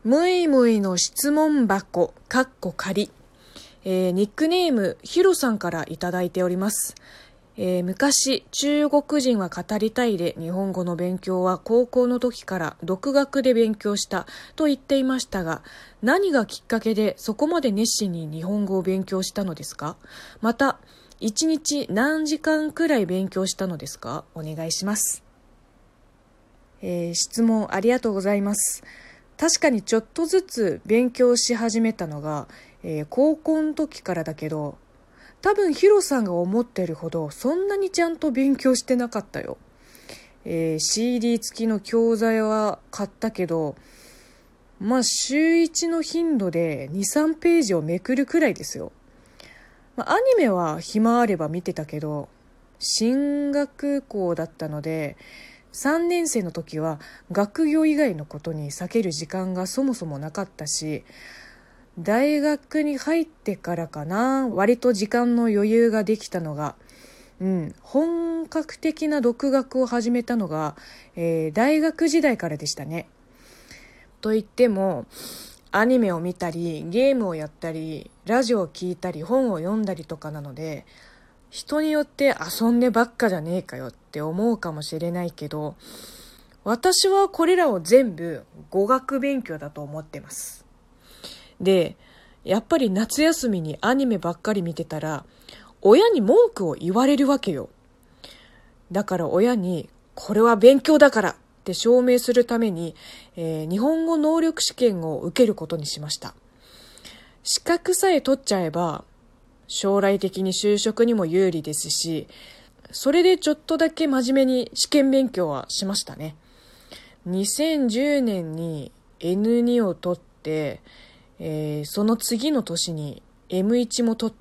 むいむいの質問箱仮、ニックネームヒロさんからいただいております。昔中国人は語りたいで日本語の勉強は高校の時から独学で勉強したと言っていましたが、何がきっかけでそこまで熱心に日本語を勉強したのですか？また1日何時間くらい勉強したのですか？お願いします。質問ありがとうございます。確かにちょっとずつ勉強し始めたのが、高校の時からだけど、多分ヒロさんが思ってるほどそんなにちゃんと勉強してなかったよ。CD 付きの教材は買ったけど、週1の頻度で2、3ページをめくるくらいですよ。アニメは暇あれば見てたけど、進学校だったので、3年生の時は学業以外のことに割ける時間がそもそもなかったし、大学に入ってからかな、割と時間の余裕ができたのが、本格的な独学を始めたのが、大学時代からでしたね。といっても、アニメを見たり、ゲームをやったり、ラジオを聞いたり、本を読んだりとかなので、人によって遊んでばっかじゃねえかよって思うかもしれないけど、私はこれらを全部語学勉強だと思ってます。で、やっぱり夏休みにアニメばっかり見てたら、親に文句を言われるわけよ。だから親に、これは勉強だからって証明するために、日本語能力試験を受けることにしました。資格さえ取っちゃえば、将来的に就職にも有利ですし、それでちょっとだけ真面目に試験勉強はしましたね。2010年に N2 を取って、その次の年に M1 も取った。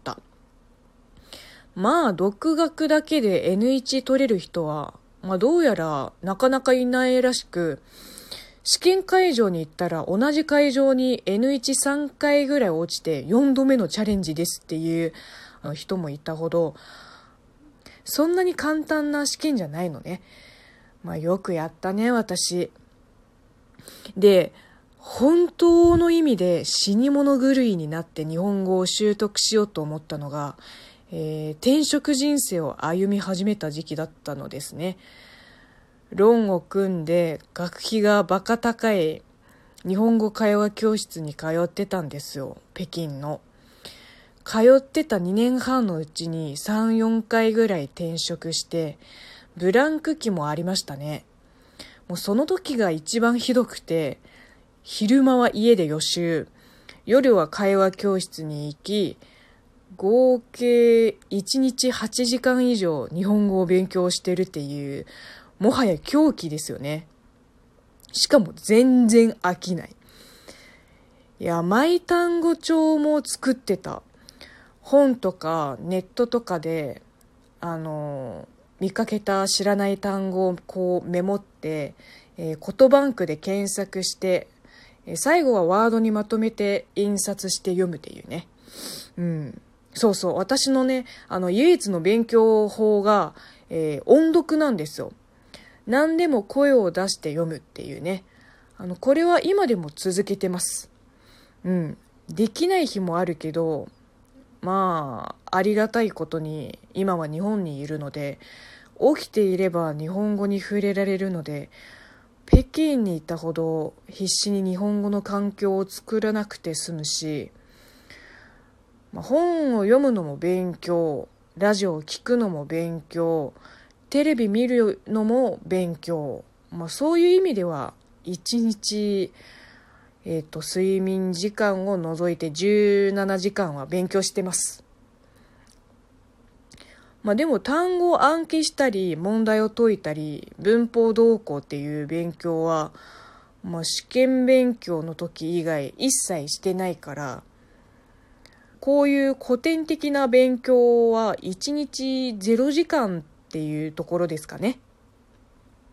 独学だけで N1 取れる人は、どうやらなかなかいないらしく、試験会場に行ったら同じ会場に N13 回ぐらい落ちて4度目のチャレンジですっていう人もいたほど、そんなに簡単な試験じゃないのね。よくやったね、私。で、本当の意味で死に物狂いになって日本語を習得しようと思ったのが、転職人生を歩み始めた時期だったのですね。ローンを組んで学費がバカ高い日本語会話教室に通ってたんですよ、北京の。通ってた2年半のうちに3、4回ぐらい転職して、ブランク期もありましたね。もうその時が一番ひどくて、昼間は家で予習、夜は会話教室に行き、合計1日8時間以上日本語を勉強してるっていう、もはや狂気ですよね。しかも全然飽きない。いや、マイ単語帳も作ってた。本とかネットとかで、見かけた知らない単語をこうメモって、言バンクで検索して、最後はワードにまとめて印刷して読むっていうね。そうそう。私のね、唯一の勉強法が、音読なんですよ。何でも声を出して読むっていうね。これは今でも続けてます。できない日もあるけど、ありがたいことに今は日本にいるので、起きていれば日本語に触れられるので、北京にいたほど必死に日本語の環境を作らなくて済むし、本を読むのも勉強、ラジオを聞くのも勉強、テレビ見るのも勉強、そういう意味では1日、睡眠時間を除いて17時間は勉強してます。でも単語を暗記したり問題を解いたり文法動向っていう勉強は、試験勉強の時以外一切してないから、こういう古典的な勉強は1日0時間っていうところですかね。